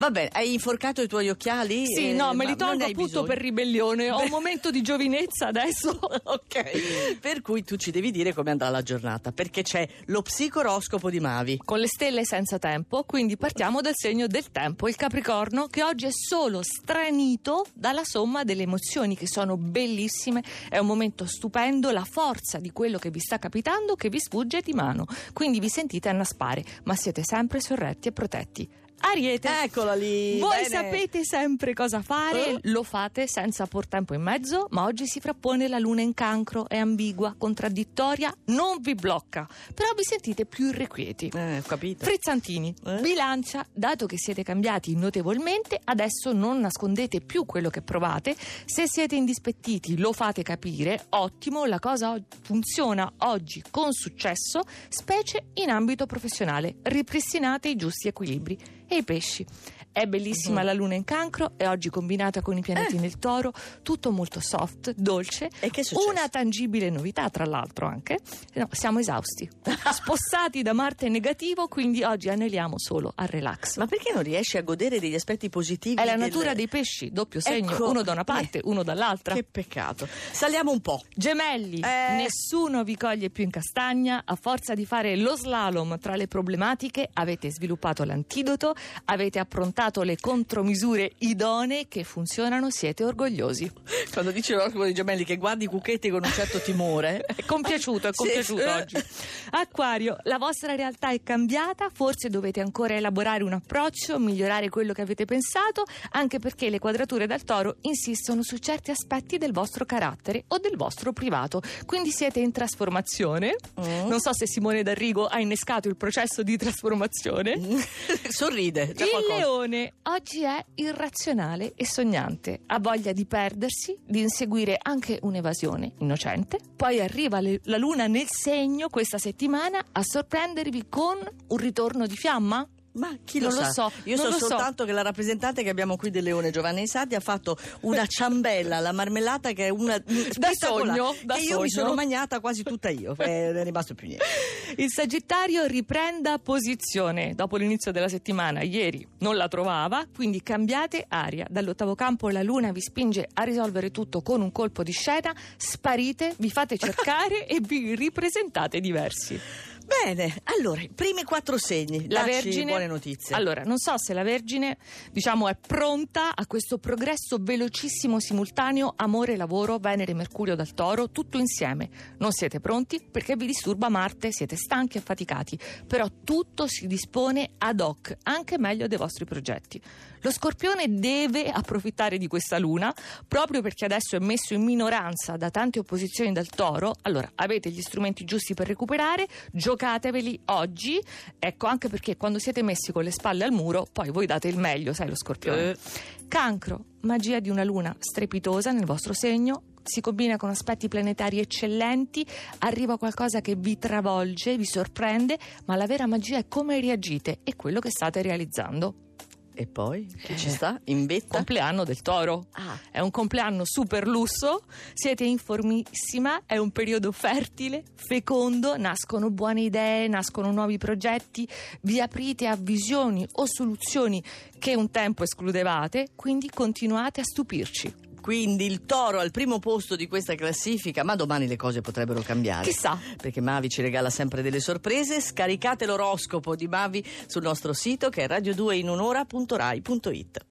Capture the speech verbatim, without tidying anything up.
Va bene, hai inforcato i tuoi occhiali? Sì, eh, no, me li ma non ne tolgo hai appunto bisogno. per ribellione. Ho un momento di giovinezza adesso. Ok, per cui tu ci devi dire come andrà la giornata, perché c'è lo psicoroscopo di Mavi. Con le stelle senza tempo, quindi partiamo dal segno del tempo, il Capricorno, che oggi è solo stranito dalla somma delle emozioni che sono bellissime. È un momento stupendo, la forza di quello che vi sta capitando che vi sfugge di mano, quindi vi sentite annaspare, ma siete sempre sorretti e protetti. Ariete, Eccola lì. voi bene. sapete sempre cosa fare, Eh? lo fate senza por tempo in mezzo, ma oggi si frappone la luna in Cancro, è ambigua, contraddittoria, non vi blocca, però vi sentite più irrequieti. Eh, ho capito. Frizzantini, Eh? Bilancia, dato che siete cambiati notevolmente, adesso non nascondete più quello che provate. Se siete indispettiti lo fate capire, ottimo, la cosa o- funziona oggi con successo, specie in ambito professionale. Ripristinate i giusti equilibri. E i pesci. È bellissima Mhm. la luna in Cancro e oggi combinata con i pianeti Eh. nel Toro, tutto molto soft, dolce. E che è successo? Una tangibile novità, tra l'altro, anche. No, siamo esausti. Spossati da Marte negativo, quindi oggi aneliamo solo al relax. Ma perché non riesci a godere degli aspetti positivi? È la del- natura dei pesci, doppio segno, Ecco. uno da una parte, Eh. uno dall'altra. Che peccato. Saliamo un po'. Gemelli, Eh. nessuno vi coglie più in castagna, a forza di fare lo slalom tra le problematiche avete sviluppato l'antidoto, avete approntato le contromisure idonee che funzionano, siete orgogliosi. Quando dice l'oroscopo dei gemelli che guardi i cucchetti con un certo timore. È compiaciuto, è Sì. compiaciuto oggi. Acquario, la vostra realtà è cambiata, forse dovete ancora elaborare un approccio, migliorare quello che avete pensato, anche perché le quadrature dal Toro insistono su certi aspetti del vostro carattere o del vostro privato, quindi siete in trasformazione. Mm. Non so se Simone D'Arrigo ha innescato il processo di trasformazione. Sorride. C'è Il qualcosa. leone oggi è irrazionale e sognante, ha voglia di perdersi, di inseguire anche un'evasione innocente. Poi arriva le- la luna nel segno questa settimana a sorprendervi con un ritorno di fiamma? Ma chi lo Non lo sa? so, Io non so lo so. soltanto che la rappresentante che abbiamo qui del Leone, Giovanna Insardi, ha fatto una ciambella alla marmellata che è una spettacolare, sogno, da che io mi sogno. sono mangiata quasi tutta io, eh, non è rimasto più niente. Il Sagittario riprenda posizione dopo l'inizio della settimana. Ieri non la trovava, quindi cambiate aria. Dall'ottavo campo la luna vi spinge a risolvere tutto con un colpo di scena, sparite, vi fate cercare e vi ripresentate diversi. Bene, allora, i primi quattro segni, La dacci Vergine, buone notizie. allora, non so se la Vergine, diciamo, è pronta a questo progresso velocissimo simultaneo, amore, lavoro, Venere, Mercurio dal Toro, tutto insieme. Non siete pronti perché vi disturba Marte, siete stanchi e affaticati, però tutto si dispone ad hoc, anche meglio dei vostri progetti. Lo Scorpione deve approfittare di questa luna, proprio perché adesso è messo in minoranza da tante opposizioni dal Toro. Allora, avete gli strumenti giusti per recuperare, giocateveli oggi, ecco, anche perché quando siete messi con le spalle al muro poi voi date il meglio, sai, lo Scorpione. Eh. Cancro, magia di una luna strepitosa nel vostro segno, si combina con aspetti planetari eccellenti, arriva qualcosa che vi travolge, vi sorprende, ma la vera magia è come reagite e quello che state realizzando. E poi, chi ci sta? In vetta? Compleanno del Toro. Ah. È un compleanno super lusso, siete in formissima, è un periodo fertile, fecondo, nascono buone idee, nascono nuovi progetti, vi aprite a visioni o soluzioni che un tempo escludevate, quindi continuate a stupirci. Quindi il Toro al primo posto di questa classifica, ma domani le cose potrebbero cambiare. Chissà. Perché Mavi ci regala sempre delle sorprese. Scaricate l'oroscopo di Mavi sul nostro sito che è radio due in un'ora punto rai punto it.